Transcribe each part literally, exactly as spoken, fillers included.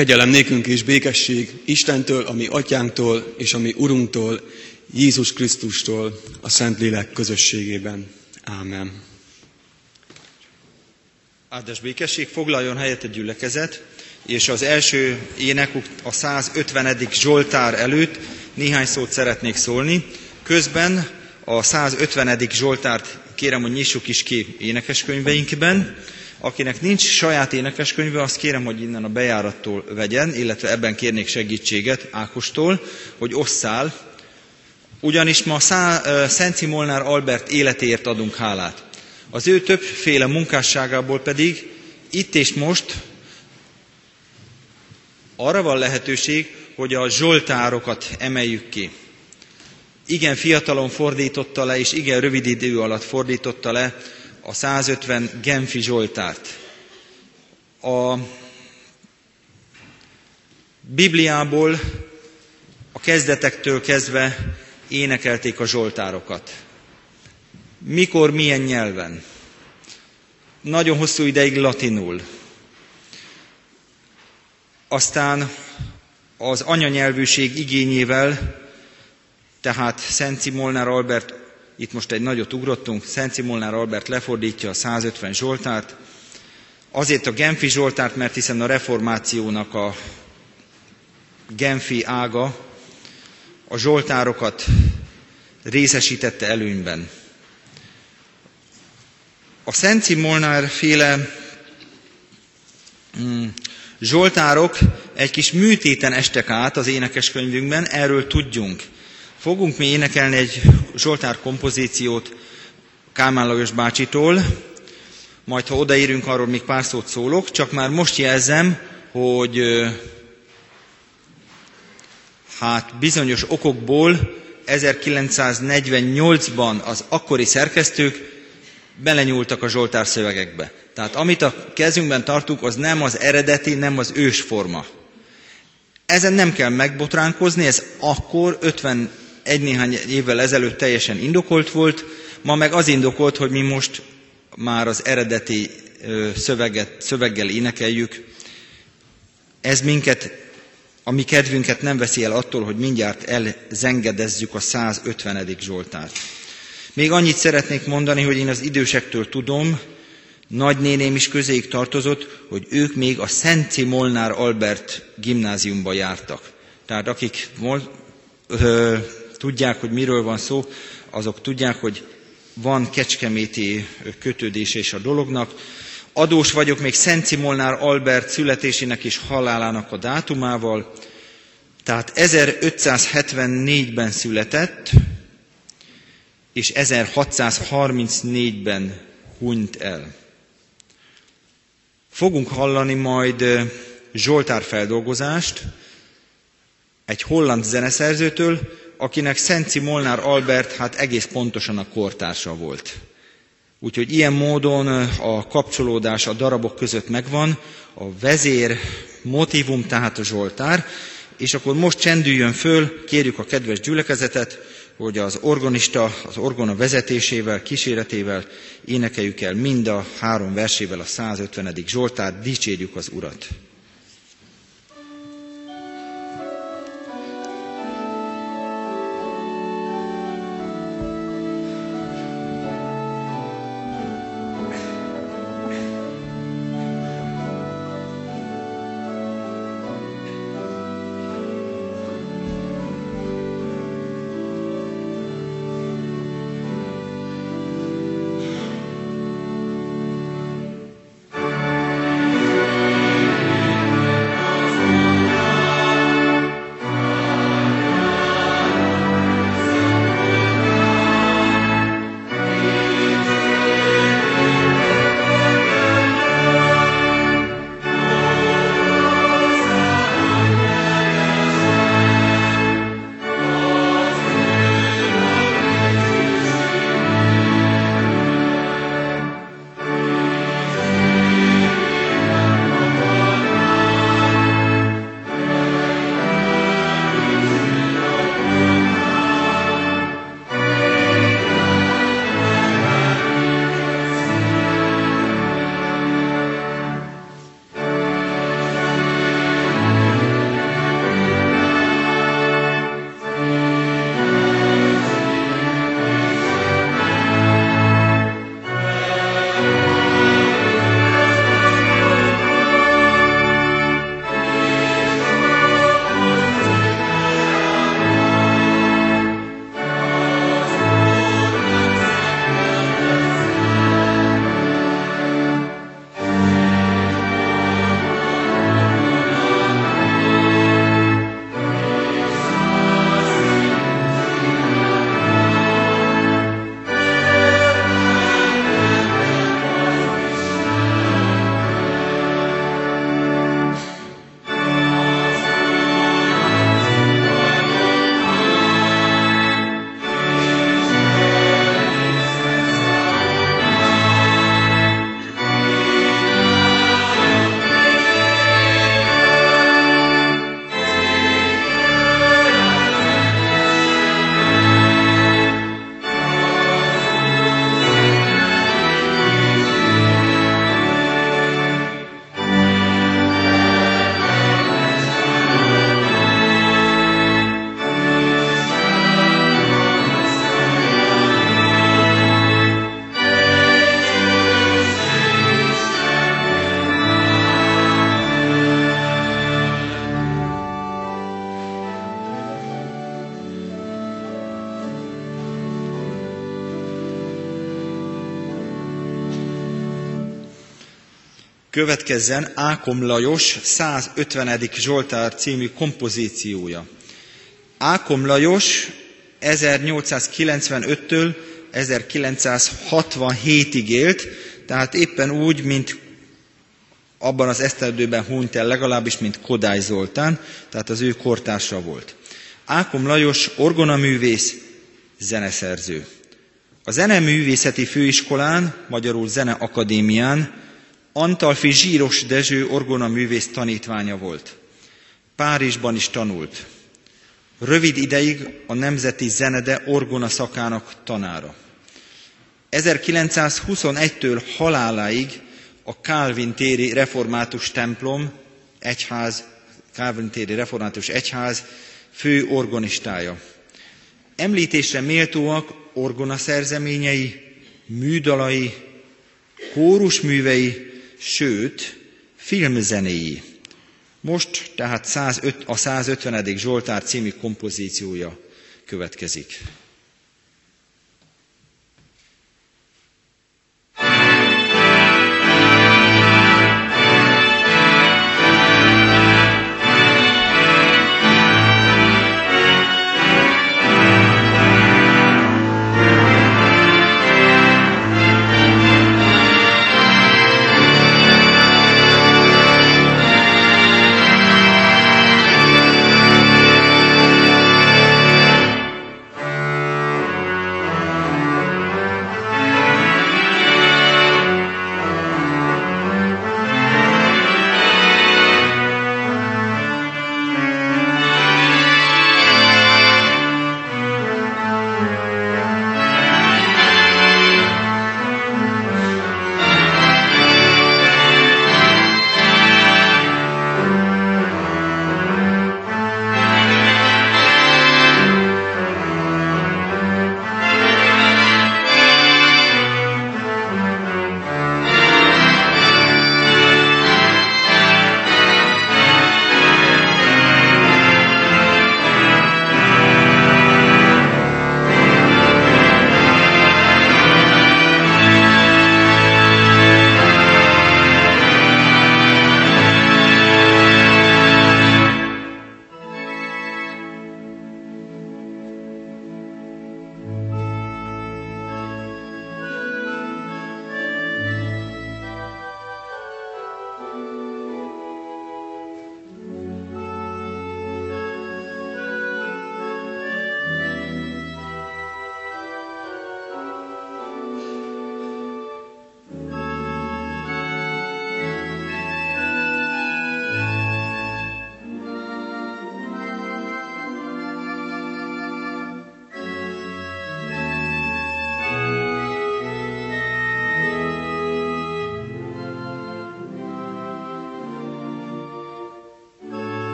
Kegyelem nékünk és békesség Istentől, a mi atyánktól és a mi Urunktól, Jézus Krisztustól, a Szentlélek közösségében. Ámen. Áldás békesség, foglaljon helyet a gyülekezet, és az első énekük a százötvenedik Zsoltár előtt néhány szót szeretnék szólni. Közben a százötvenedik Zsoltárt kérem, hogy nyissuk is ki énekeskönyveinkben. Akinek nincs saját énekeskönyve, azt kérem, hogy innen a bejárattól vegyen, illetve ebben kérnék segítséget Ákostól, hogy osszál. Ugyanis ma Szá- Szenci Molnár Albert életéért adunk hálát. Az ő többféle munkásságából pedig itt és most arra van lehetőség, hogy a zsoltárokat emeljük ki. Igen fiatalon fordította le, és igen rövid idő alatt fordította le a százötven genfi zsoltárt. A Bibliából a kezdetektől kezdve énekelték a zsoltárokat. Mikor, milyen nyelven? Nagyon hosszú ideig latinul. Aztán az anyanyelvűség igényével, tehát Szenci Molnár Albert, itt most egy nagyot ugrottunk, Szenci Molnár Albert lefordítja a százötven zsoltárt, azért a genfi zsoltárt, mert hiszen a reformációnak a genfi ága a zsoltárokat részesítette előnyben. A Szenci Molnár féle mm, zsoltárok egy kis műtéten estek át az énekeskönyvünkben, erről tudjunk. Fogunk mi énekelni egy zsoltár kompozíciót Kálmán Lajos bácsitól, majd ha odaérünk, arról még pár szót szólok, csak már most jelzem, hogy hát bizonyos okokból ezerkilencszáznegyvennyolcban az akkori szerkesztők belenyúltak a zsoltár szövegekbe. Tehát amit a kezünkben tartunk, az nem az eredeti, nem az ősforma. Ezen nem kell megbotránkozni, ez akkor ötvenegy néhány évvel ezelőtt teljesen indokolt volt, ma meg az indokolt, hogy mi most már az eredeti szöveget, szöveggel énekeljük. Ez minket, a mi kedvünket nem veszi el attól, hogy mindjárt elzengedezzük a százötvenedik zsoltárt. Még annyit szeretnék mondani, hogy én az idősektől tudom, nagynéném is közéig tartozott, hogy ők még a Szenci Molnár Albert gimnáziumba jártak. Tehát akik ö, tudják, hogy miről van szó, azok tudják, hogy van kecskeméti kötődése is a dolognak. Adós vagyok még Szenci Molnár Albert születésének és halálának a dátumával, tehát ezerötszázhetvennégyben született, és ezerhatszázharmincnégyben hunyt el. Fogunk hallani majd zsoltárfeldolgozást egy holland zeneszerzőtől, akinek Szenci Molnár Albert hát egész pontosan a kortársa volt. Úgyhogy ilyen módon a kapcsolódás a darabok között megvan, a vezér motívum, tehát a zsoltár, és akkor most csendüljön föl, kérjük a kedves gyülekezetet, hogy az orgonista, az orgona vezetésével, kíséretével énekeljük el mind a három versével a százötvenedik zsoltárt, dicsérjük az Urat. Thank következzen Ákom Lajos százötvenedik Zsoltár című kompozíciója. Ákom Lajos ezernyolcszázkilencvenöttől ezerkilencszázhatvanhétig élt, tehát éppen úgy, mint abban az esztendőben hunyt el, legalábbis, mint Kodály Zoltán, tehát az ő kortársa volt. Ákom Lajos orgonaművész, zeneszerző. A Zeneművészeti Főiskolán, magyarul Zeneakadémián Antalfi Zsíros Dezső orgonaművész tanítványa volt. Párizsban is tanult. Rövid ideig a Nemzeti Zenede orgona szakának tanára. ezerkilencszázhuszonegytől haláláig a Kálvin téri református templom, egyház, Kálvin téri református egyház fő orgonistája. Említésre méltóak orgonaszerzeményei, műdalai, kórusművei, sőt, filmzenéi. Most tehát százöt, a százötvenedik Zsoltár című kompozíciója következik.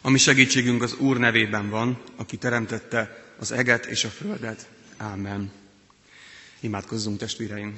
A mi segítségünk az Úr nevében van, aki teremtette az eget és a földet. Ámen. Imádkozzunk, testvéreim!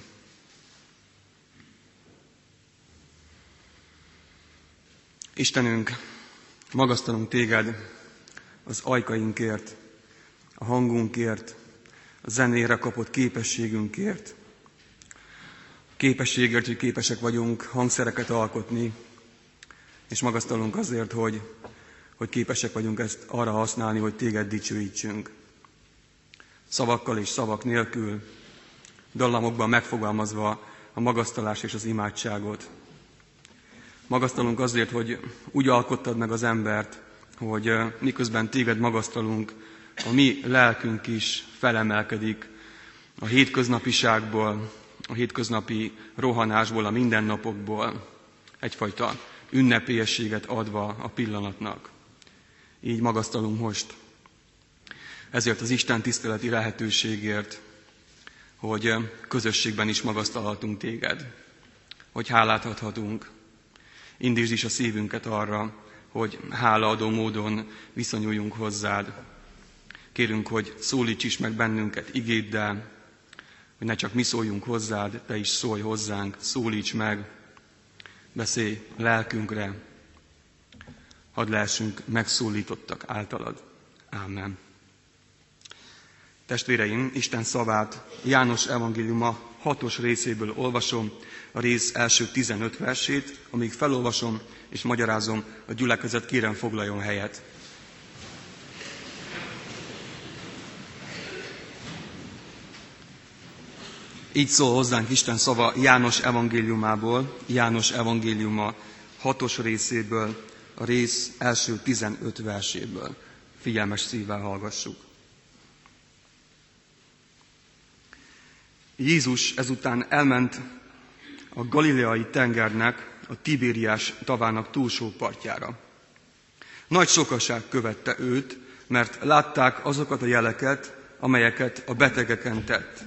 Istenünk, magasztalunk téged az ajkainkért, a hangunkért, a zenére kapott képességünkért. Képességért, hogy képesek vagyunk hangszereket alkotni, és magasztalunk azért, hogy, hogy képesek vagyunk ezt arra használni, hogy téged dicsőítsünk. Szavakkal és szavak nélkül, dallamokban megfogalmazva a magasztalás és az imádságot. Magasztalunk azért, hogy úgy alkottad meg az embert, hogy miközben téged magasztalunk, a mi lelkünk is felemelkedik a hétköznapiságból, a hétköznapi rohanásból, a mindennapokból, egyfajta ünnepélyességet adva a pillanatnak. Így magasztalunk most. Ezért az Isten tiszteleti lehetőségért, hogy közösségben is magasztalhatunk téged, hogy hálát adhatunk. Indítsd is a szívünket arra, hogy hálaadó módon viszonyuljunk hozzád. Kérünk, hogy szólíts is meg bennünket igéddel, hogy ne csak mi szóljunk hozzád, te is szólj hozzánk, szólíts meg, beszélj lelkünkre, hadd lehessünk megszólítottak általad. Ámen. Testvéreim, Isten szavát János evangéliuma hatos részéből olvasom, a rész első tizenöt versét, amíg felolvasom és magyarázom, a gyülekezet kérem foglaljon helyet. Így szól hozzánk Isten szava János evangéliumából, János evangéliuma hatos részéből, a rész első tizenöt verséből. Figyelmes szívvel hallgassuk. Jézus ezután elment a galileai tengernek, a Tibériás tavának túlsó partjára. Nagy sokaság követte őt, mert látták azokat a jeleket, amelyeket a betegeken tett.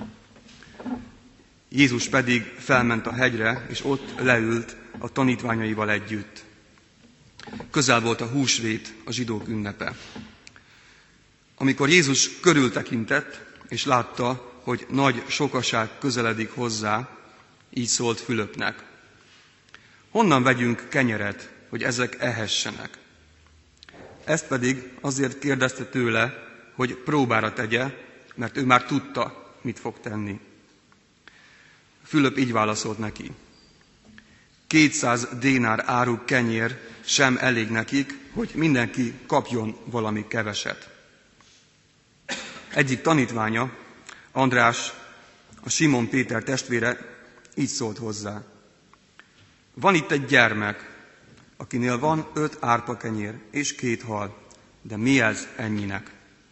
Jézus pedig felment a hegyre, és ott leült a tanítványaival együtt. Közel volt a húsvét, a zsidók ünnepe. Amikor Jézus körültekintett, és látta, hogy nagy sokaság közeledik hozzá, így szólt Fülöpnek. Honnan vegyünk kenyeret, hogy ezek ehessenek? Ezt pedig azért kérdezte tőle, hogy próbára tegye, mert ő már tudta, mit fog tenni. Fülöp így válaszolt neki. Kétszáz dénár áru kenyér sem elég nekik, hogy mindenki kapjon valami keveset. Egyik tanítványa, András, a Simon Péter testvére így szólt hozzá. Van itt egy gyermek, akinél van öt árpa kenyér és két hal, de mi ez ennyinek?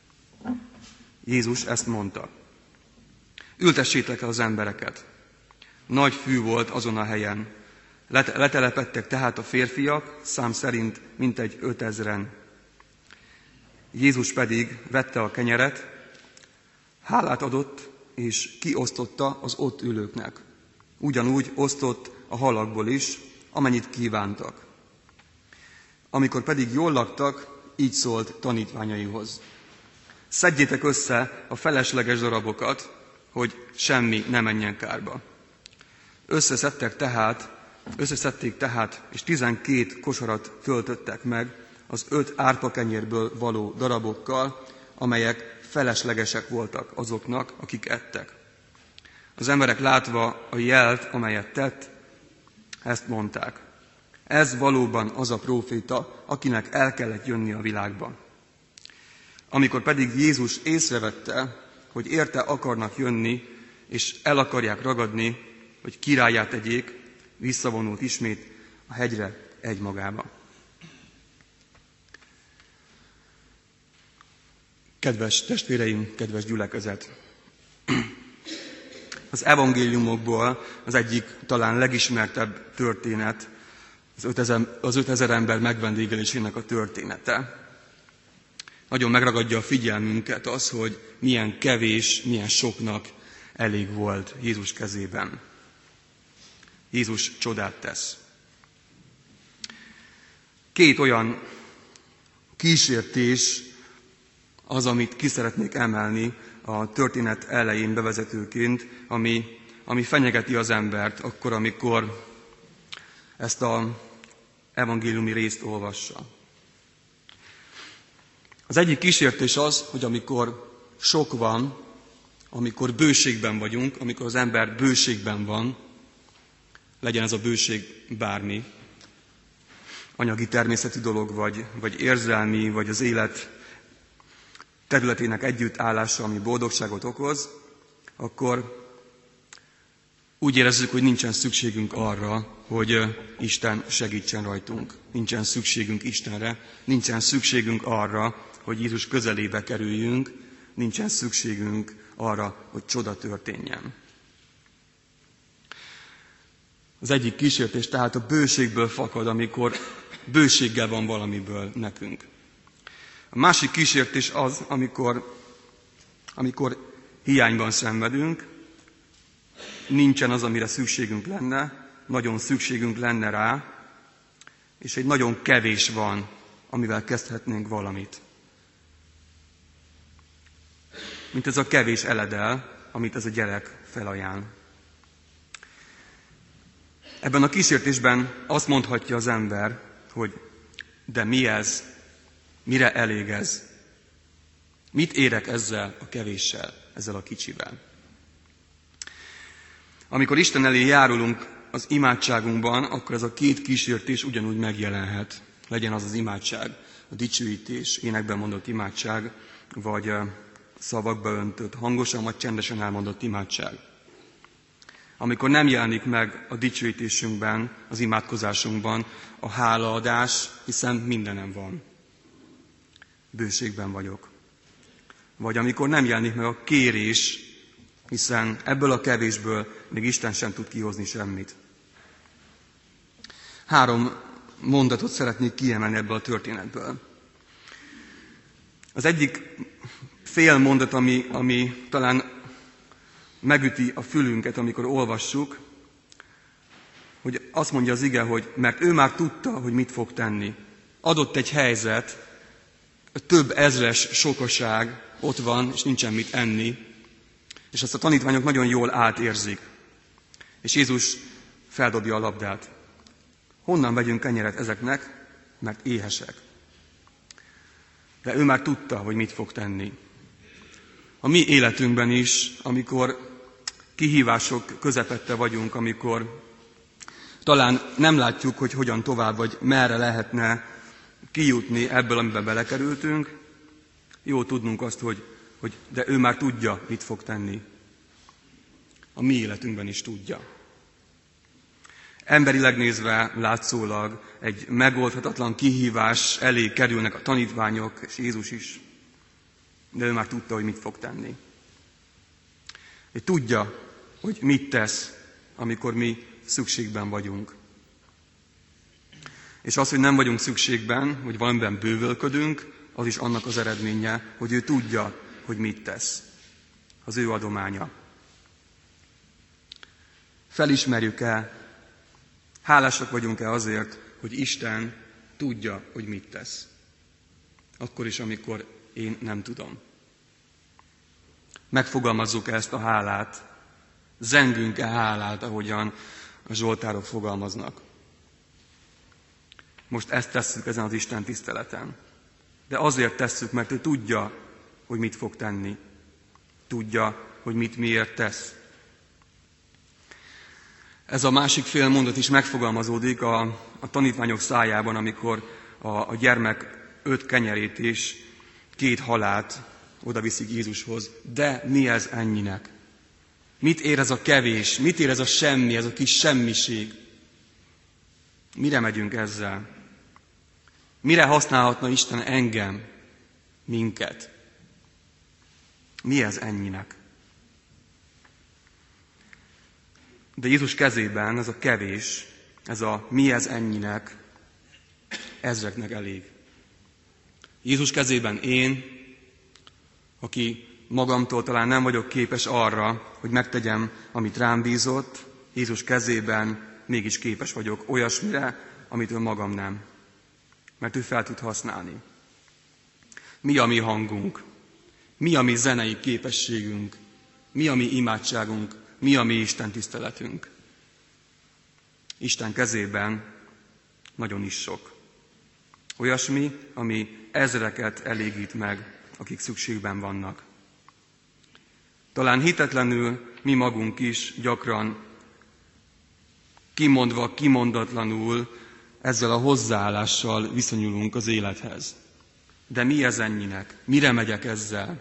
Jézus ezt mondta. Ültessétek el az embereket. Nagy fű volt azon a helyen. Letelepedtek tehát a férfiak, szám szerint mintegy ötezren. Jézus pedig vette a kenyeret, hálát adott, és kiosztotta az ott ülőknek. Ugyanúgy osztott a halakból is, amennyit kívántak. Amikor pedig jól laktak, így szólt tanítványaihoz. Szedjétek össze a felesleges darabokat, hogy semmi ne menjen kárba. Összeszedtek tehát, összeszedték tehát, és tizenkét kosarat töltöttek meg az öt árpakenyérből való darabokkal, amelyek feleslegesek voltak azoknak, akik ettek. Az emberek látva a jelt, amelyet tett, ezt mondták. Ez valóban az a próféta, akinek el kellett jönni a világba. Amikor pedig Jézus észrevette, hogy érte akarnak jönni, és el akarják ragadni, hogy királlyá tegyék, visszavonult ismét a hegyre egymagába. Kedves testvéreim, kedves gyülekezet! Az evangéliumokból az egyik talán legismertebb történet, az ötezer, az ötezer ember megvendégelésének a története. Nagyon megragadja a figyelmünket az, hogy milyen kevés, milyen soknak elég volt Jézus kezében. Jézus csodát tesz. Két olyan kísértés az, amit ki szeretnék emelni a történet elején bevezetőként, ami, ami fenyegeti az embert akkor, amikor ezt az evangéliumi részt olvassa. Az egyik kísértés az, hogy amikor sok van, amikor bőségben vagyunk, amikor az ember bőségben van, legyen ez a bőség bármi, anyagi természetű dolog, vagy, vagy érzelmi, vagy az élet területének együttállása, ami boldogságot okoz, akkor úgy érezzük, hogy nincsen szükségünk arra, hogy Isten segítsen rajtunk. Nincsen szükségünk Istenre, nincsen szükségünk arra, hogy Jézus közelébe kerüljünk, nincsen szükségünk arra, hogy csoda történjen. Az egyik kísértés tehát a bőségből fakad, amikor bőséggel van valamiből nekünk. A másik kísértés az, amikor, amikor hiányban szenvedünk, nincsen az, amire szükségünk lenne, nagyon szükségünk lenne rá, és egy nagyon kevés van, amivel kezdhetnénk valamit. Mint ez a kevés eledel, amit ez a gyerek felajánl. Ebben a kísértésben azt mondhatja az ember, hogy de mi ez, mire elég ez? Mit érek ezzel a kevéssel, ezzel a kicsivel? Amikor Isten elé járulunk az imádságunkban, akkor ez a két kísértés ugyanúgy megjelenhet. Legyen az az imádság, a dicsőítés, énekben mondott imádság, vagy szavakba öntött, hangosan vagy csendesen elmondott imádság. Amikor nem jelenik meg a dicsőítésünkben, az imádkozásunkban a hálaadás, hiszen mindenem van. Bőségben vagyok. Vagy amikor nem jelenik meg a kérés, hiszen ebből a kevésből még Isten sem tud kihozni semmit. Három mondatot szeretnék kiemelni ebből a történetből. Az egyik fél mondat, ami, ami talán megüti a fülünket, amikor olvassuk, hogy azt mondja az ige, hogy mert ő már tudta, hogy mit fog tenni. Adott egy helyzet, több ezres sokaság ott van, és nincsen mit enni, és azt a tanítványok nagyon jól átérzik. És Jézus feldobja a labdát. Honnan vegyünk kenyeret ezeknek? Mert éhesek. De ő már tudta, hogy mit fog tenni. A mi életünkben is, amikor kihívások közepette vagyunk, amikor talán nem látjuk, hogy hogyan tovább, vagy merre lehetne kijutni ebből, amiben belekerültünk, jó tudnunk azt, hogy, hogy de ő már tudja, mit fog tenni. A mi életünkben is tudja. Emberileg nézve látszólag egy megoldhatatlan kihívás elé kerülnek a tanítványok, és Jézus is. De ő már tudta, hogy mit fog tenni. Ő tudja, hogy mit tesz, amikor mi szükségben vagyunk. És az, hogy nem vagyunk szükségben, hogy valamiben bővölködünk, az is annak az eredménye, hogy ő tudja, hogy mit tesz. Az ő adománya. Felismerjük-e, hálásak vagyunk-e azért, hogy Isten tudja, hogy mit tesz. Akkor is, amikor én nem tudom. Megfogalmazzuk ezt a hálát, zengünk-e hálát, ahogyan a zsoltárok fogalmaznak. Most ezt tesszük ezen az Isten tiszteleten. De azért tesszük, mert ő tudja, hogy mit fog tenni. Tudja, hogy mit miért tesz. Ez a másik fél mondat is megfogalmazódik a, a tanítványok szájában, amikor a, a gyermek öt kenyerét és két halát oda viszik Jézushoz. De mi ez ennyinek? Mit ér ez a kevés? Mit ér ez a semmi, ez a kis semmiség? Mire megyünk ezzel? Mire használhatna Isten engem, minket? Mi ez ennyinek? De Jézus kezében ez a kevés, ez a mi ez ennyinek, ezreknek elég. Jézus kezében én, aki magamtól talán nem vagyok képes arra, hogy megtegyem, amit rám bízott, Jézus kezében mégis képes vagyok olyasmire, amit ő magam nem. Mert ő fel tud használni. mi a mi hangunk, mi a mi zenei képességünk, mi a mi imádságunk, mi a mi Isten tiszteletünk. Isten kezében nagyon is sok. Olyasmi, ami ezreket elégít meg, akik szükségben vannak. Talán hitetlenül mi magunk is gyakran kimondva, kimondatlanul ezzel a hozzáállással viszonyulunk az élethez. De mi ez ennyinek? Mire megyek ezzel?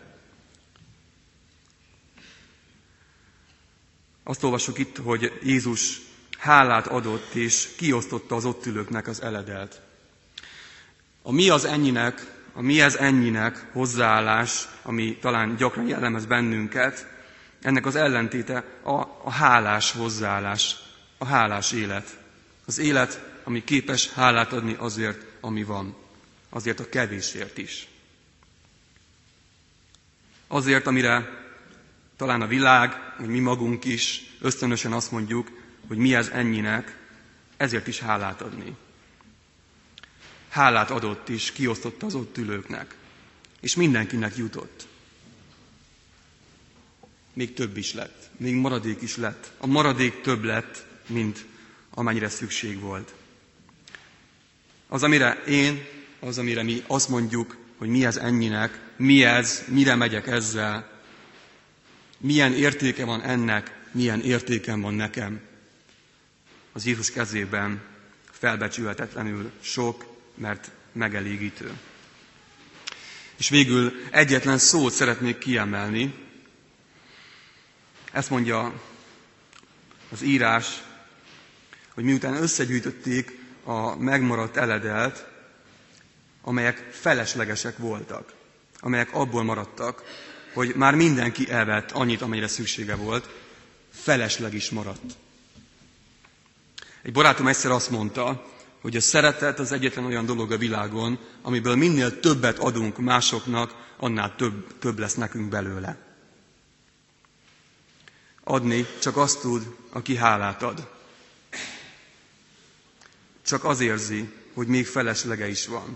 Azt olvasjuk itt, hogy Jézus hálát adott és kiosztotta az ott ülőknek az eledelt. A mi az ennyinek, a mi ez ennyinek hozzáállás, ami talán gyakran jellemez bennünket, ennek az ellentéte a, a hálás hozzáállás, a hálás élet. Az élet, ami képes hálát adni azért, ami van. Azért a kevésért is. Azért, amire talán a világ, vagy mi magunk is ösztönösen azt mondjuk, hogy mi ez ennyinek, ezért is hálát adni. Hálát adott is, kiosztotta az ott ülőknek. És mindenkinek jutott. Még több is lett, még maradék is lett. A maradék több lett, mint amennyire szükség volt. Az, amire én, az, amire mi azt mondjuk, hogy mi ez ennyinek, mi ez, mire megyek ezzel, milyen értéke van ennek, milyen értékem van nekem. Az Jézus kezében felbecsülhetetlenül sok, mert megelégítő. És végül egyetlen szót szeretnék kiemelni. Ezt mondja az írás, hogy miután összegyűjtötték a megmaradt eledelt, amelyek feleslegesek voltak, amelyek abból maradtak, hogy már mindenki elvett annyit, amennyire szüksége volt, felesleg is maradt. Egy barátom egyszer azt mondta, hogy a szeretet az egyetlen olyan dolog a világon, amiből minél többet adunk másoknak, annál több, több lesz nekünk belőle. Adni csak azt tud, aki hálát ad. Csak az érzi, hogy még feleslege is van.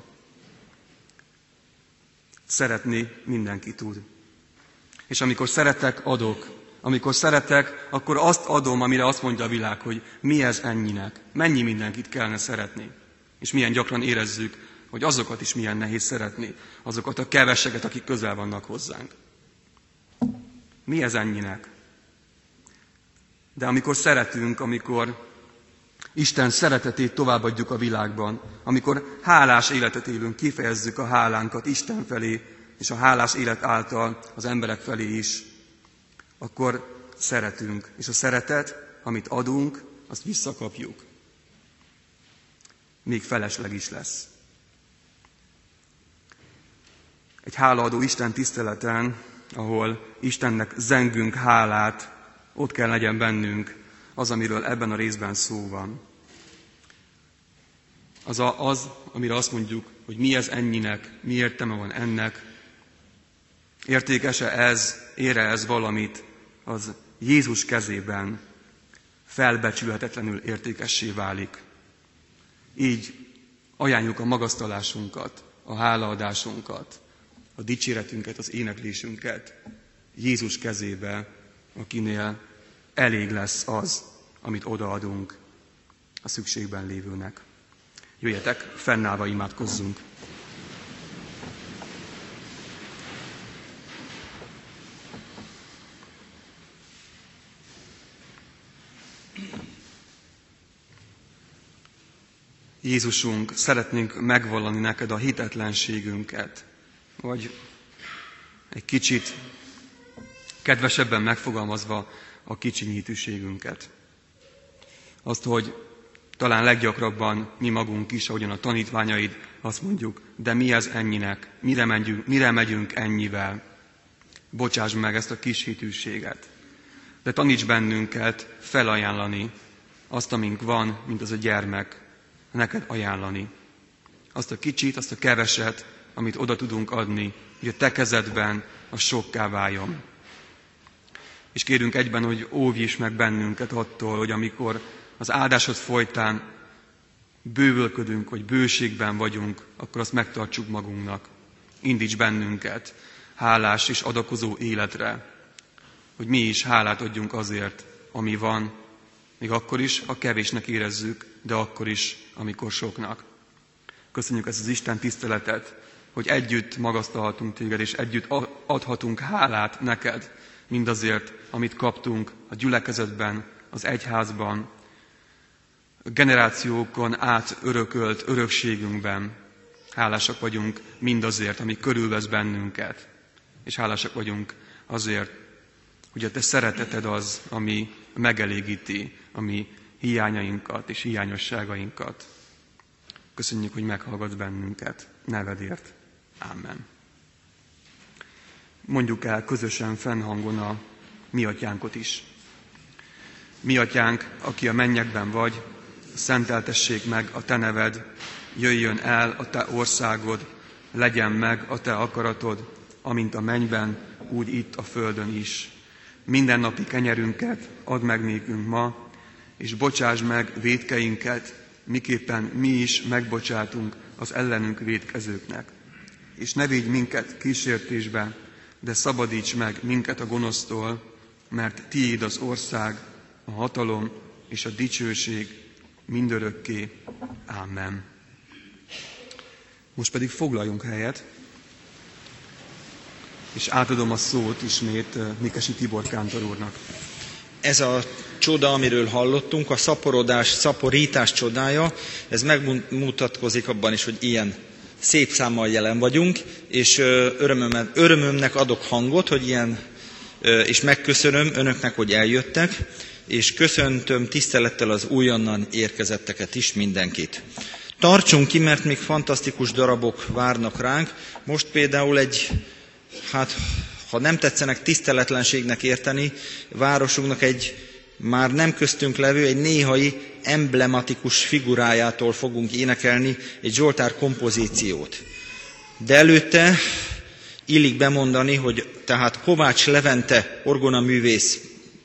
Szeretni mindenki tud. És amikor szeretek, adok. Amikor szeretek, akkor azt adom, amire azt mondja a világ, hogy mi ez ennyinek. Mennyi mindenkit kellene szeretni. És milyen gyakran érezzük, hogy azokat is milyen nehéz szeretni. Azokat a keveseket, akik közel vannak hozzánk. Mi ez ennyinek? De amikor szeretünk, amikor Isten szeretetét továbbadjuk a világban, amikor hálás életet élünk, kifejezzük a hálánkat Isten felé, és a hálás élet által az emberek felé is, akkor szeretünk. És a szeretet, amit adunk, azt visszakapjuk. Még felesleg is lesz. Egy hálaadó Isten tiszteleten, ahol Istennek zengünk hálát, ott kell legyen bennünk az, amiről ebben a részben szó van. Az, a, az, amire azt mondjuk, hogy mi ez ennyinek, mi értelme van ennek, értékese ez, ére ez valamit, az Jézus kezében felbecsülhetetlenül értékessé válik. Így ajánljuk a magasztalásunkat, a hálaadásunkat, a dicséretünket, az éneklésünket Jézus kezébe, akinél elég lesz az, amit odaadunk a szükségben lévőnek. Jöjjetek, fennállva imádkozzunk! Jézusunk, szeretnénk megvallani neked a hitetlenségünket, vagy egy kicsit kedvesebben megfogalmazva a kicsinyítőségünket. Azt, hogy talán leggyakrabban mi magunk is, ahogyan a tanítványaid, azt mondjuk, de mi ez ennyinek, mire megyünk, mire megyünk ennyivel? Bocsáss meg ezt a kis hitűséget. De taníts bennünket felajánlani azt, amink van, mint az a gyermek, neked ajánlani. Azt a kicsit, azt a keveset, amit oda tudunk adni, hogy a te kezedben a sokká váljon. És kérünk egyben, hogy óvj is meg bennünket attól, hogy amikor az áldásod folytán bővölködünk, vagy bőségben vagyunk, akkor azt megtartsuk magunknak. indíts bennünket hálás és adakozó életre, hogy mi is hálát adjunk azért, ami van, még akkor is, ha kevésnek érezzük, de akkor is, amikor soknak. Köszönjük ezt az Isten tiszteletet, hogy együtt magasztalhatunk téged, és együtt adhatunk hálát neked, mindazért, amit kaptunk a gyülekezetben, az egyházban, a generációkon át örökölt örökségünkben. Hálásak vagyunk mindazért, ami körülvesz bennünket, és hálásak vagyunk azért, hogy a te szereteted az, ami megelégíti a mi hiányainkat és hiányosságainkat. Köszönjük, hogy meghallgatsz bennünket nevedért. Amen. Mondjuk el közösen fennhangon a mi atyánkot is. Mi atyánk, aki a mennyekben vagy, szenteltessék meg a te neved, jöjjön el a te országod, legyen meg a te akaratod, amint a mennyben, úgy itt a földön is. Mindennapi kenyerünket add meg nékünk ma, és bocsáss meg vétkeinket, miképpen mi is megbocsátunk az ellenünk vétkezőknek. És ne vigy minket kísértésbe, de szabadíts meg minket a gonosztól, mert tiéd az ország, a hatalom és a dicsőség mindörökké. Amen. Most pedig foglaljunk helyet, és átadom a szót ismét Mikesi Tibor kántor úrnak. Ez a csoda, amiről hallottunk, a szaporodás, szaporítás csodája, ez megmutatkozik abban is, hogy ilyen szép számmal jelen vagyunk, és örömöm, örömömnek adok hangot, hogy ilyen, és megköszönöm önöknek, hogy eljöttek, és köszöntöm tisztelettel az újonnan érkezetteket is, mindenkit. Tartsunk ki, mert még fantasztikus darabok várnak ránk. Most például egy, hát ha nem tetszenek tiszteletlenségnek érteni, városunknak egy már nem köztünk levő, egy néhai emblematikus figurájától fogunk énekelni egy Zsoltár kompozíciót. De előtte illik bemondani, hogy tehát Kovács Levente orgonaművész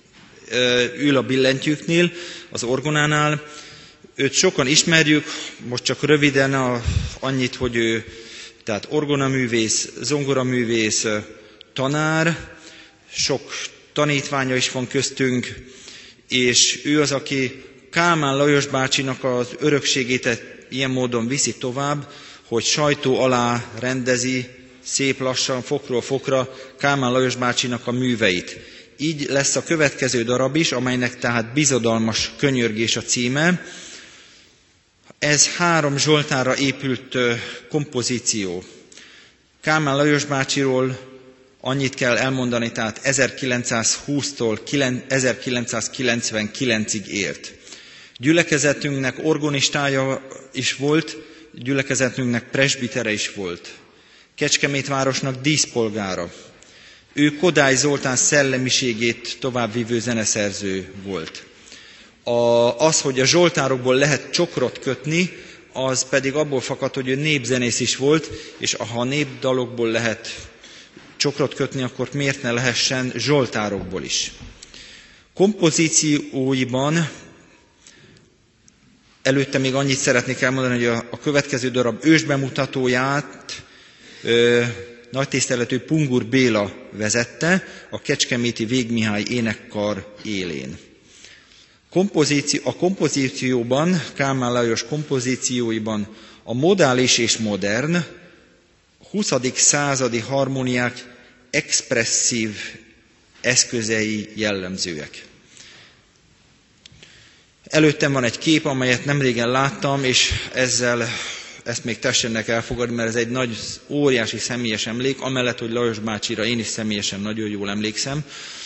ül a billentyűknél, az orgonánál. Őt sokan ismerjük, most csak röviden a, annyit, hogy ő tehát orgonaművész, zongoraművész, tanár, sok tanítványa is van köztünk, és ő az, aki Kálmán Lajos bácsinak az örökségét ilyen módon viszi tovább, hogy sajtó alá rendezi szép lassan, fokról fokra Kálmán Lajos bácsinak a műveit. Így lesz a következő darab is, amelynek tehát Bizodalmas könyörgés a címe. Ez három Zsoltárra épült kompozíció. Kálmán Lajos bácsiról annyit kell elmondani, tehát ezerkilencszázhúsztól ezerkilencszázkilencvenkilencig élt. Gyülekezetünknek orgonistája is volt, gyülekezetünknek presbitere is volt. Kecskemétvárosnak díszpolgára. Ő Kodály Zoltán szellemiségét továbbvívő zeneszerző volt. A, az, hogy a zsoltárokból lehet csokrot kötni, az pedig abból fakad, hogy ő népzenész is volt, és ha a népdalokból lehet csokrot kötni, akkor miért ne lehessen zsoltárokból is. Kompozícióiban előtte még annyit szeretnék elmondani, hogy a, a következő darab ősbemutatóját ö, nagy tiszteletű Pungur Béla vezette a Kecskeméti Végmihály énekkar élén. Kompozíció, a kompozícióban, Kálmán Lajos kompozícióiban a modális és modern, huszadik századi harmóniák expresszív eszközei jellemzőek. Előttem van egy kép, amelyet nemrégen láttam, és ezzel ezt még tessenek elfogadni, mert ez egy nagy, óriási személyes emlék, amellett, hogy Lajos bácsira én is személyesen nagyon jól emlékszem.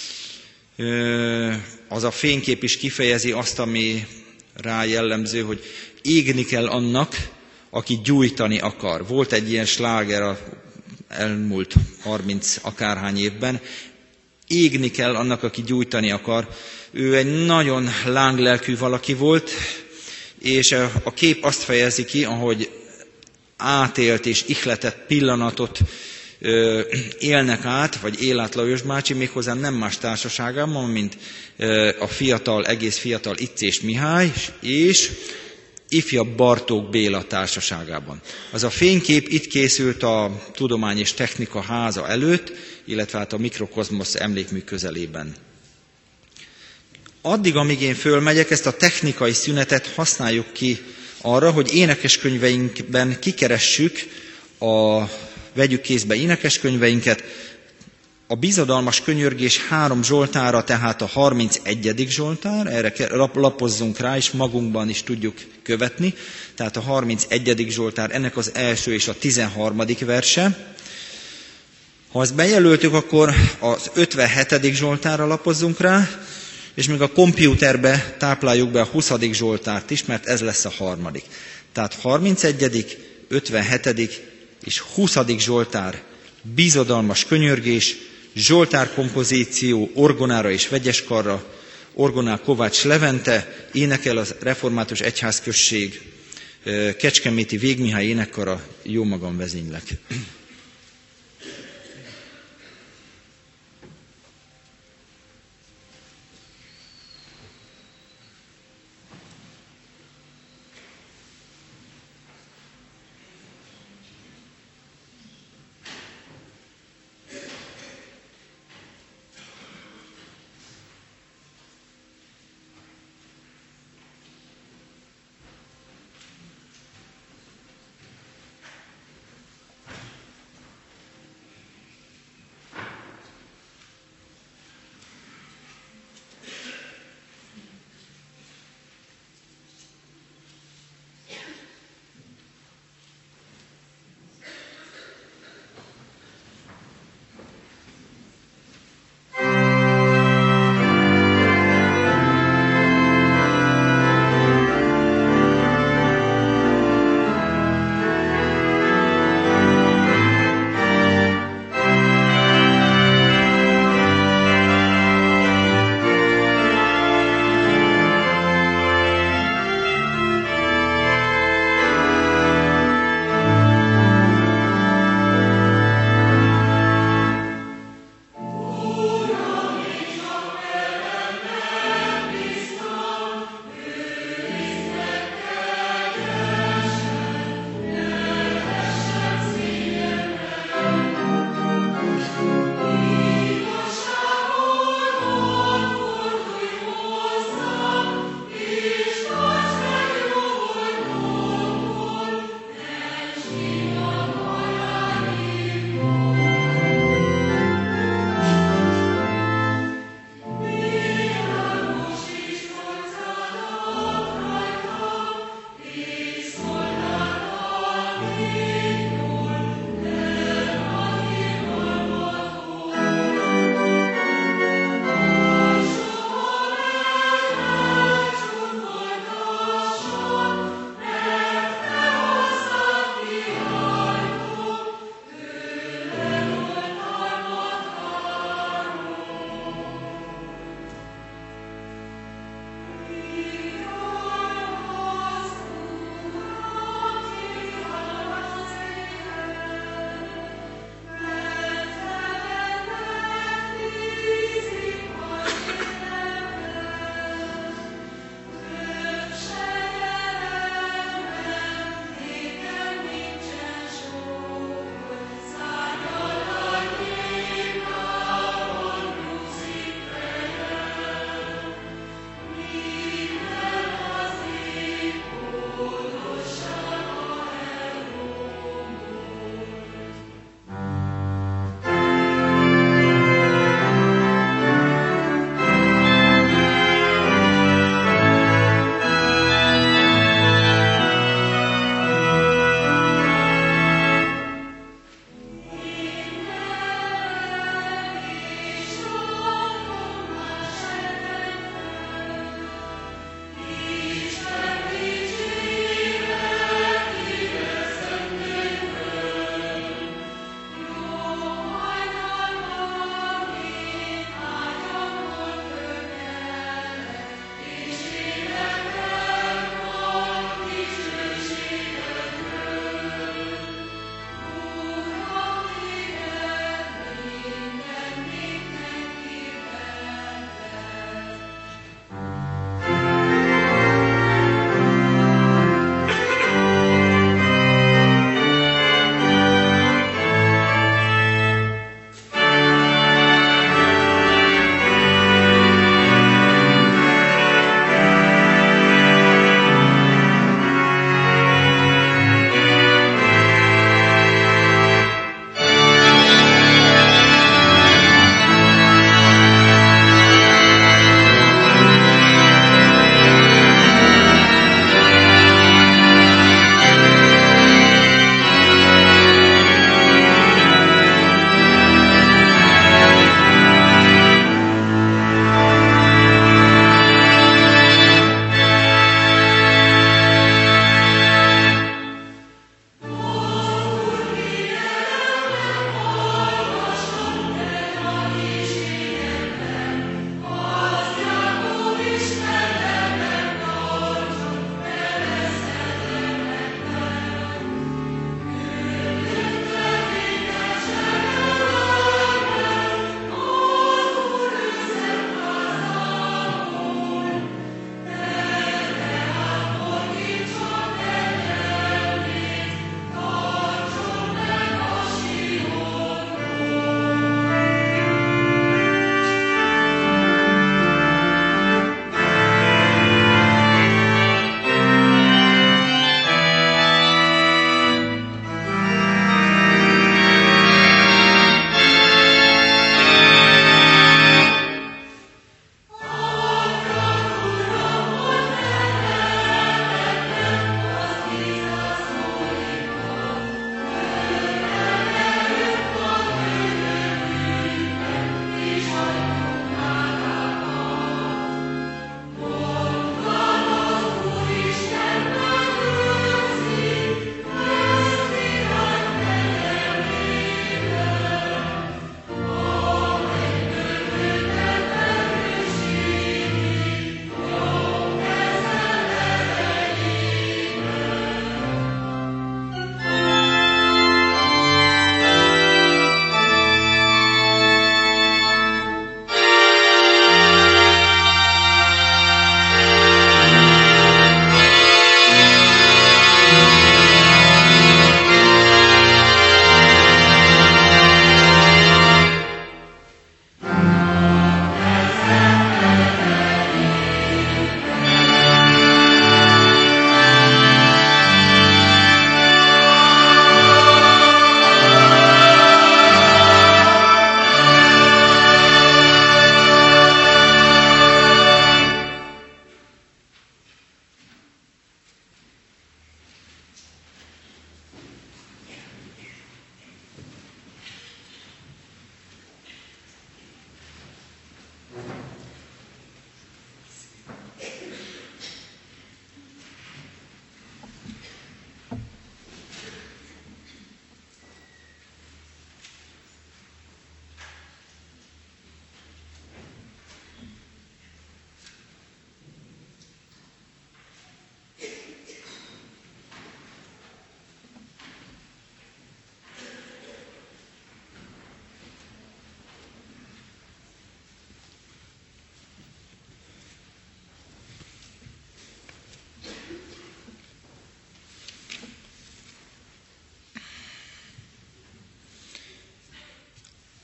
Az a fénykép is kifejezi azt, ami rá jellemző, hogy égni kell annak, aki gyújtani akar. Volt egy ilyen sláger az elmúlt harminc akárhány évben. Égni kell annak, aki gyújtani akar. Ő egy nagyon lánglelkű valaki volt, és a kép azt fejezi ki, ahogy átélt és ihletett pillanatot ö, élnek át, vagy él át Lajos bácsi, méghozzá nem más társaságában, mint ö, a fiatal, egész fiatal Iczés Mihály, és ifjabb Bartók Béla társaságában. Az a fénykép itt készült a Tudomány és Technika Háza előtt, illetve hát a Mikrokozmosz emlékmű közelében. Addig, amíg én fölmegyek, ezt a technikai szünetet használjuk ki arra, hogy énekeskönyveinkben kikeressük, a, vegyük kézbe énekeskönyveinket, a bizodalmas könyörgés három zsoltára, tehát a harmincegyedik zsoltár, erre lapozzunk rá, és magunkban is tudjuk követni. Tehát a harmincegyedik zsoltár, ennek az első és a tizenharmadik verse. Ha ezt bejelöltük, akkor az ötvenhetedik zsoltárra lapozzunk rá, és még a kompjúterbe tápláljuk be a huszadik zsoltárt is, mert ez lesz a harmadik. Tehát harmincegyedik, ötvenhetedik és huszadik zsoltár, bizodalmas könyörgés, zsoltárkompozíció orgonára és vegyeskarra, orgonál Kovács Levente, énekel az Református Egyházközség Kecskeméti Végmihály énekkara, jó magam vezénylek.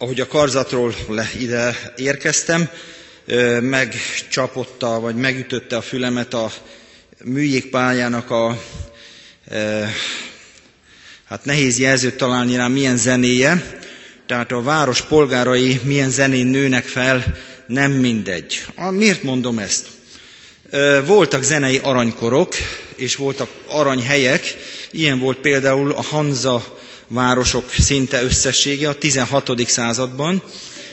ahogy a karzatról le, ide érkeztem, megcsapotta, vagy megütötte a fülemet a műjégpályának a, hát nehéz jelzőt találni rá, milyen zenéje, tehát a város polgárai milyen zenén nőnek fel, nem mindegy. Miért mondom ezt? Voltak zenei aranykorok, és voltak aranyhelyek, ilyen volt például a Hanza városok szinte összessége a tizenhatodik században,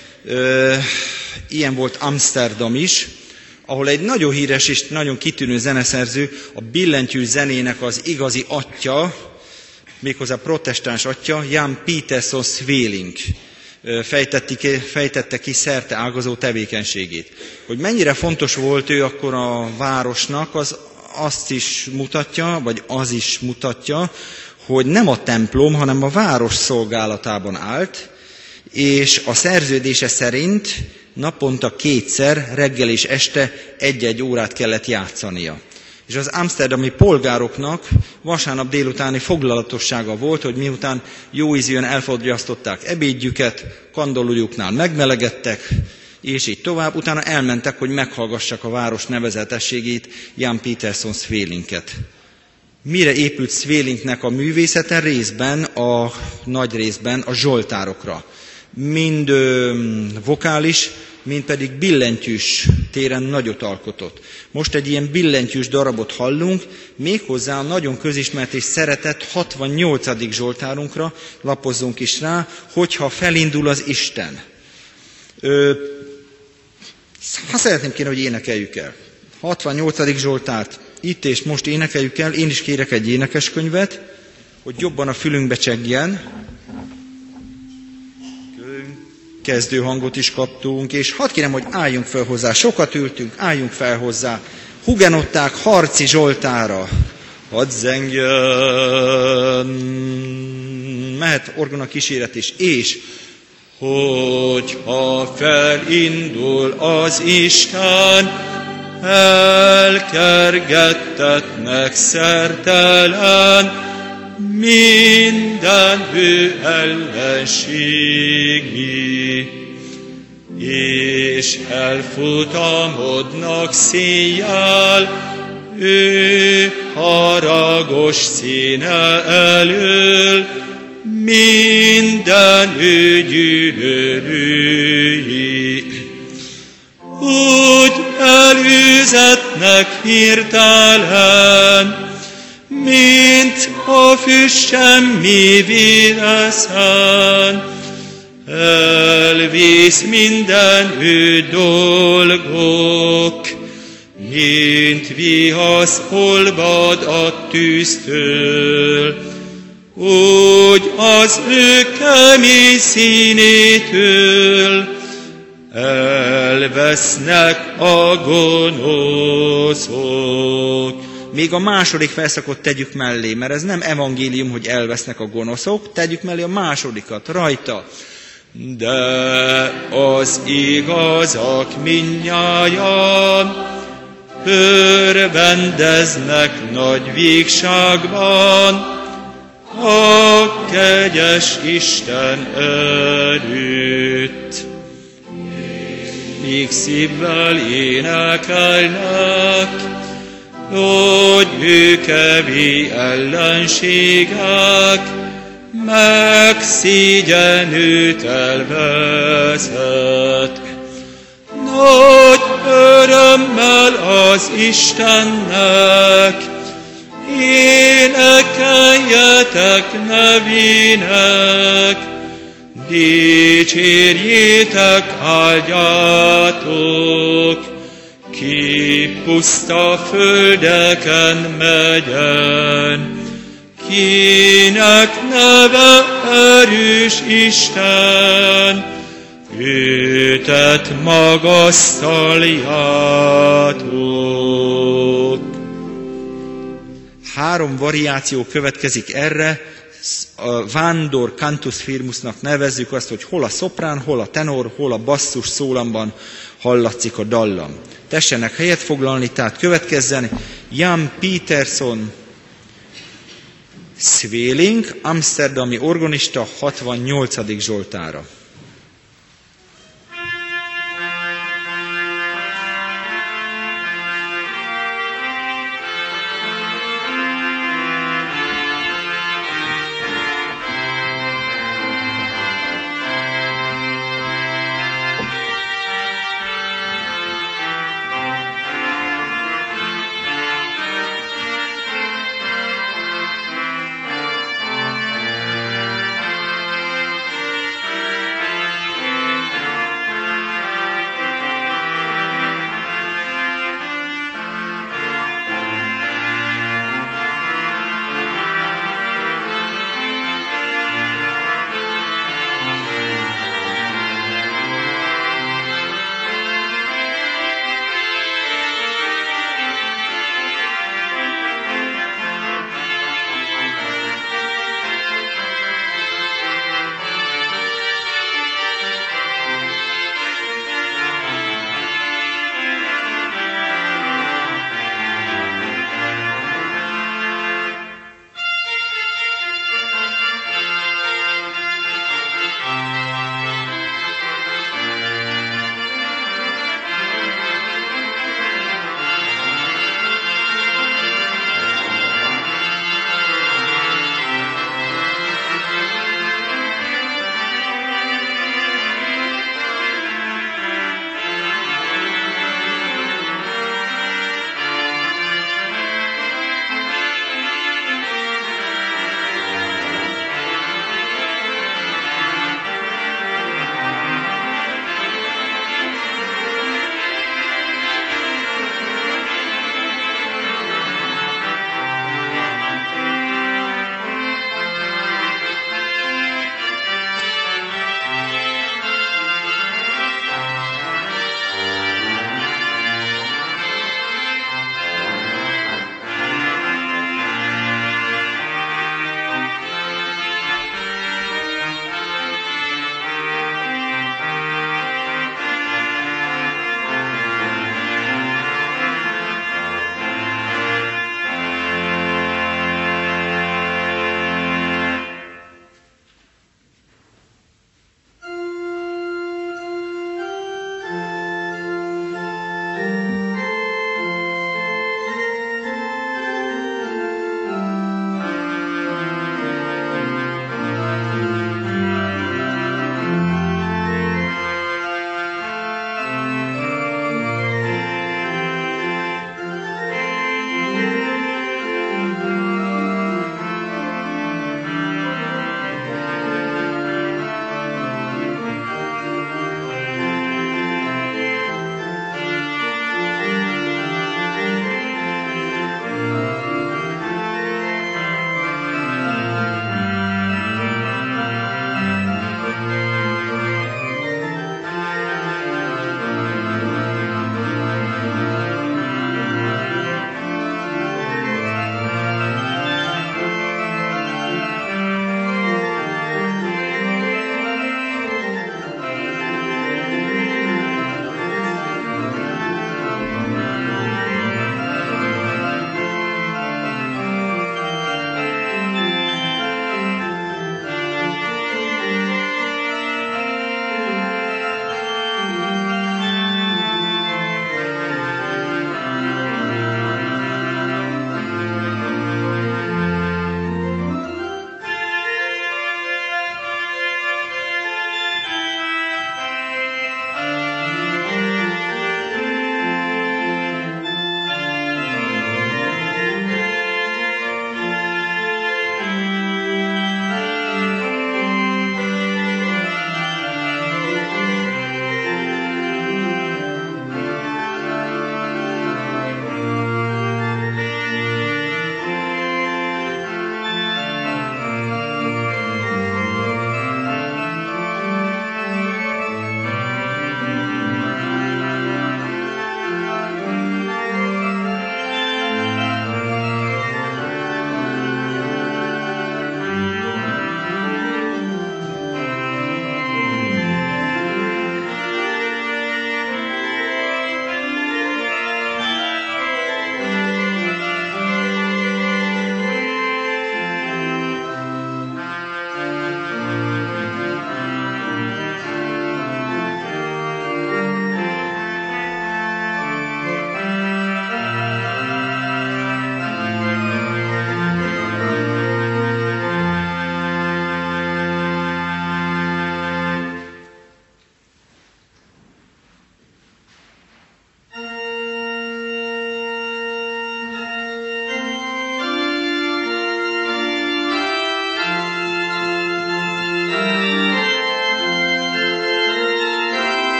ilyen volt Amsterdam is, ahol egy nagyon híres és nagyon kitűnő zeneszerző, a billentyű zenének az igazi atya, méghozzá protestáns atya, Jan Pieterszoon Sweelinck fejtette ki szerte ágazó tevékenységét. Hogy mennyire fontos volt ő akkor a városnak, az azt is mutatja, vagy az is mutatja, hogy nem a templom, hanem a város szolgálatában állt, és a szerződése szerint naponta kétszer, reggel és este egy-egy órát kellett játszania. És az amszterdami polgároknak vasárnap délutáni foglalatossága volt, hogy miután jóízűen elfogyasztották ebédjüket, kandallójuknál megmelegedtek, és így tovább, utána elmentek, hogy meghallgassák a város nevezetességét, Jan Pieterszoon Sweelincket. Mire épült Sweelincknek a művészete? Részben, a nagy részben a zsoltárokra. Mind ö, vokális, mind pedig billentyűs téren nagyot alkotott. Most egy ilyen billentyűs darabot hallunk, méghozzá a nagyon közismert és szeretett hatvannyolcadik zsoltárunkra, lapozzunk is rá, hogyha felindul az Isten. Ö, ha szeretném kérni, hogy énekeljük el. hatvannyolcadik zsoltárt itt és most énekeljük el, én is kérek egy énekeskönyvet, hogy jobban a fülünkbe csengjen. Kezdő hangot is kaptunk, és hadd kérem, hogy álljunk fel hozzá, sokat ültünk, álljunk fel hozzá. Hugenották harci zsoltára, hadd zengjen, mehet orgona kíséret is, és hogyha felindul az Isten, elkergettetnek szertelen, minden ő ellenségi, és elfutamodnak széjjel, ő haragos színe elől, minden ő gyűlölői. Úgy elűzetnek hirtelen, mint a füst semmi véleszen, elvész minden ő dolgok, mint vihasz olvad a tűztől, úgy az ő kemény színétől elvesznek a gonoszok. Még a második felszakot tegyük mellé, mert ez nem evangélium, hogy elvesznek a gonoszok, tegyük mellé a másodikat, rajta. De az igazak mindnyájan örvendeznek nagy végságban, a kegyes Isten előtt. Míg szívvel énekelnek, hogy ő kevé ellenségek, meg szégyenőt elvezet. Nagy örömmel az Istennek, énekeljetek nevének, dicsérjétek, áldjátok, ki puszta földeken megyen, kinek neve erős Isten, őtet magasztaljátok. Három variáció következik erre, a vándor cantus firmusnak nevezzük azt, hogy hol a szoprán, hol a tenor, hol a basszus szólamban hallatszik a dallam. Tessenek helyet foglalni, tehát következzen Jan Pieterszoon Sweelinck, amszterdami organista hatvannyolcadik zsoltára.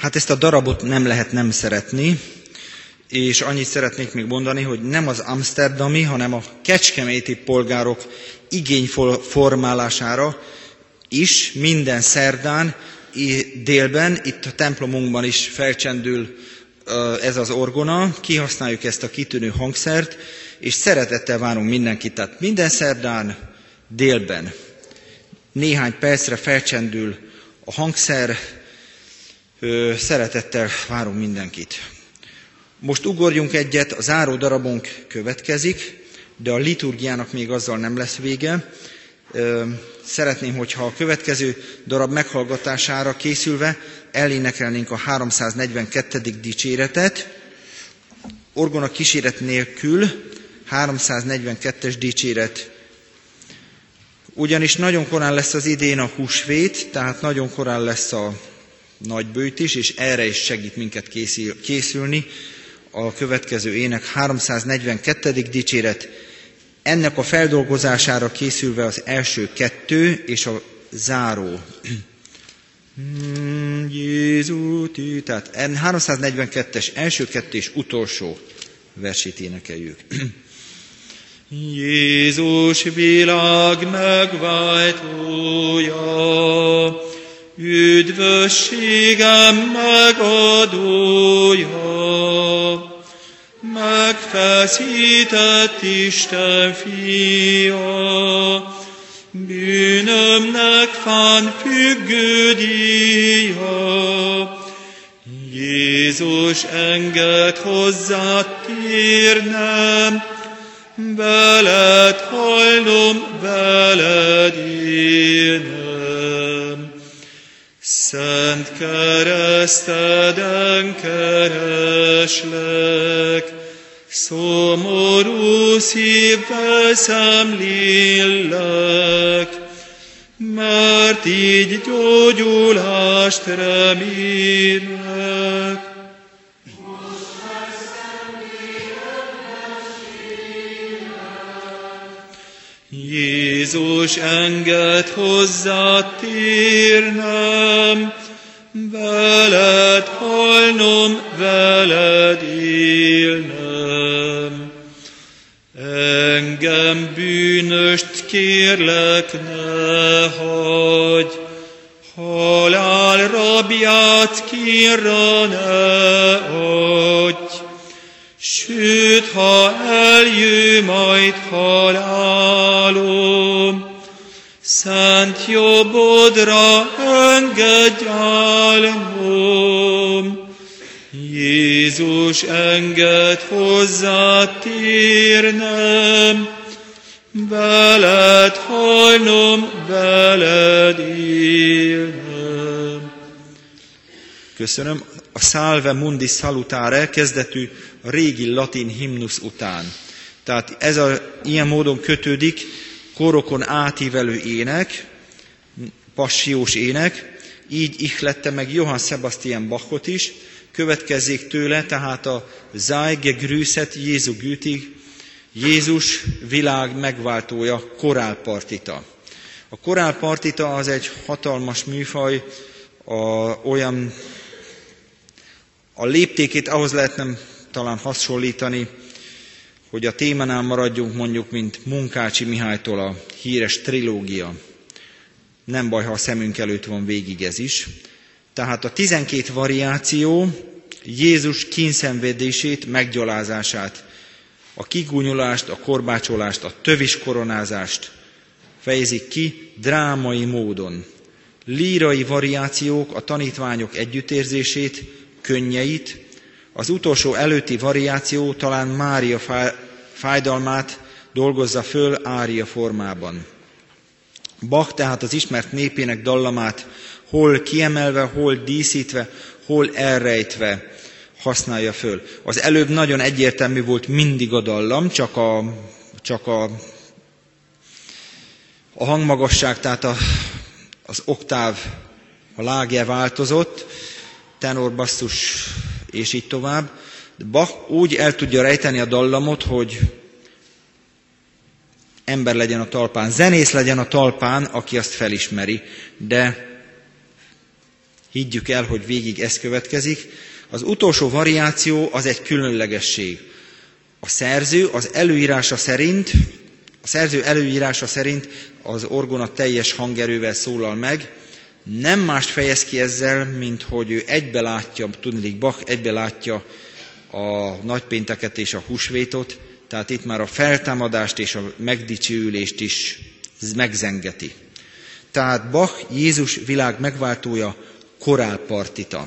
Hát ezt a darabot nem lehet nem szeretni, és annyit szeretnék még mondani, hogy nem az amszterdami, hanem a kecskeméti polgárok igényformálására is minden szerdán délben, itt a templomunkban is felcsendül ez az orgona, kihasználjuk ezt a kitűnő hangszert, és szeretettel várunk mindenkit. Tehát minden szerdán délben néhány percre felcsendül a hangszer, szeretettel várunk mindenkit. Most ugorjunk egyet, a záró darabunk következik, de a liturgiának még azzal nem lesz vége. Szeretném, hogyha a következő darab meghallgatására készülve elénekelnénk a háromszáznegyvenkettedik dicséretet, orgona kíséret nélkül, háromszáznegyvenkettes dicséret. Ugyanis nagyon korán lesz az idén a húsvét, tehát nagyon korán lesz a nagybőjt is, és erre is segít minket készül, készülni a következő ének, háromszáznegyvenkettedik dicséret. Ennek a feldolgozására készülve az első kettő és a záró. Jézus, tehát háromszáznegyvenkettes első kettő és utolsó versét énekeljük. Jézus világ megváltója, üdvösségem megadója, megfeszített Isten fia, bűnömnek fán függő díja. Jézus, engedd hozzád térnem, veled halnom, veled élnem. Szent kereszteden kereslek, szomorú szívvel szemlélek, mert így gyógyulást remélek. Jézus, engedd hozzád térnem, veled halnom, veled élnem. Engem bűnöst kérlek, ne hagyj, halál rabját kínra ne adj. Sőt, ha eljő majd halálom, szent jobbodra engedj állnom. Jézus, engedd hozzád térnem, veled halnom, veled élnem. Köszönöm. A Salve Mundi Salutare kezdetű a régi latin himnusz után. Tehát ez a, ilyen módon kötődik korokon átívelő ének, passiós ének, így ihlette meg Johann Sebastian Bachot is, következzék tőle tehát a Sei gegrüßet Jesu gütig, Jézus világ megváltója korálpartita. A korálpartita az egy hatalmas műfaj, a, olyan a léptékét ahhoz lehetne talán hasonlítani, hogy a témánál maradjunk mondjuk, mint Munkácsi Mihálytól a híres trilógia. Nem baj, ha a szemünk előtt van végig ez is. Tehát a tizenkét variáció Jézus kínszenvedését, meggyalázását, a kigúnyolást, a korbácsolást, a tövis koronázást fejezik ki drámai módon. Lírai variációk a tanítványok együttérzését, könnyeit, az utolsó előtti variáció talán Mária fájdalmát dolgozza föl ária formában. Bach tehát az ismert népének dallamát hol kiemelve, hol díszítve, hol elrejtve használja föl. Az előbb nagyon egyértelmű volt mindig a dallam, csak a, csak a, a hangmagasság, tehát a, az oktáv, a lágje változott, tenor, basszus, és így tovább. De Bach úgy el tudja rejteni a dallamot, hogy ember legyen a talpán, zenész legyen a talpán, aki azt felismeri, de higgyük el, hogy végig ez következik. Az utolsó variáció az egy különlegesség. A szerző az előírása szerint, a szerző előírása szerint az orgona teljes hangerővel szólal meg, nem mást fejez ki ezzel, mint hogy ő egybe látja, tudniillik Bach egybe látja a nagypénteket és a húsvétot, tehát itt már a feltámadást és a megdicsőülést is megzengeti. Tehát Bach, Jézus világ megváltója, korálpartita.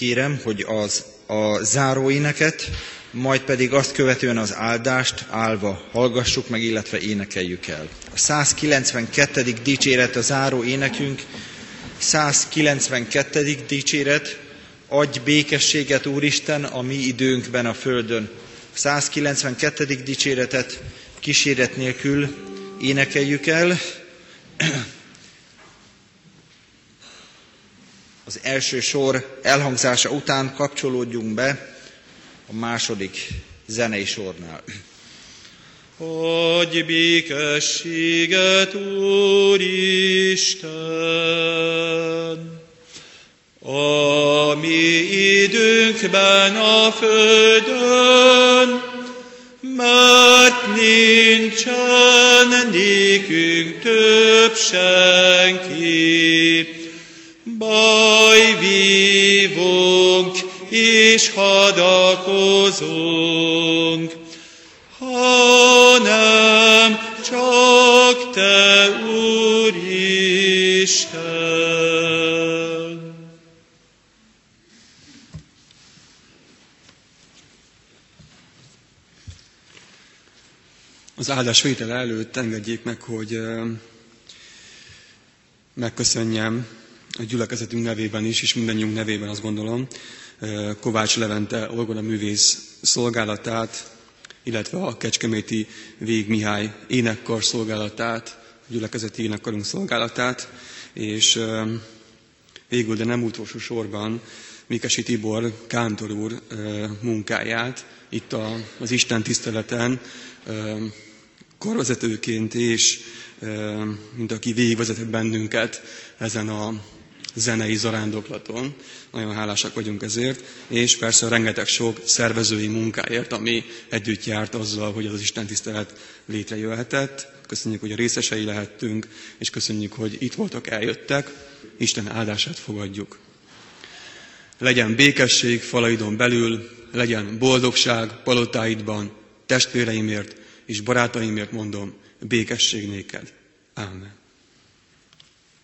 kérem, hogy az a záróéneket, majd pedig azt követően az áldást állva hallgassuk meg, illetve énekeljük el. A százkilencvenkettedik dicséret a záró énekünk, százkilencvenkettedik dicséret, adj békességet, Úristen, a mi időnkben a földön. A százkilencvenkettedik dicséretet kíséret nélkül énekeljük el. Az első sor elhangzása után kapcsolódjunk be a második zenei sornál. Adj békességet, Úristen, a mi időnkben a földön, mert nincsen nékünk több senki, baj vívunk és hadakozunk, hanem csak Te, Úristen. Az áldásvétel előtt engedjék meg, hogy megköszönjem a gyülekezetünk nevében is, és mindannyiunk nevében azt gondolom, Kovács Levente orgona művész szolgálatát, illetve a kecskeméti Vég Mihály énekkar szolgálatát, a gyülekezeti énekkarunk szolgálatát, és végül, de nem utolsó sorban Mikesi Tibor kántor úr munkáját itt az Isten tiszteleten karvezetőként és mint aki végigvezetett bennünket ezen a zenei zarándoklaton. Nagyon hálásak vagyunk ezért, és persze rengeteg sok szervezői munkáért, ami együtt járt azzal, hogy az Isten tisztelet létrejöhetett. Köszönjük, hogy a részesei lehettünk, és köszönjük, hogy itt voltak, eljöttek. Isten áldását fogadjuk. Legyen békesség falaidon belül, legyen boldogság palotáidban, testvéreimért és barátaimért mondom, békesség néked. Ámen.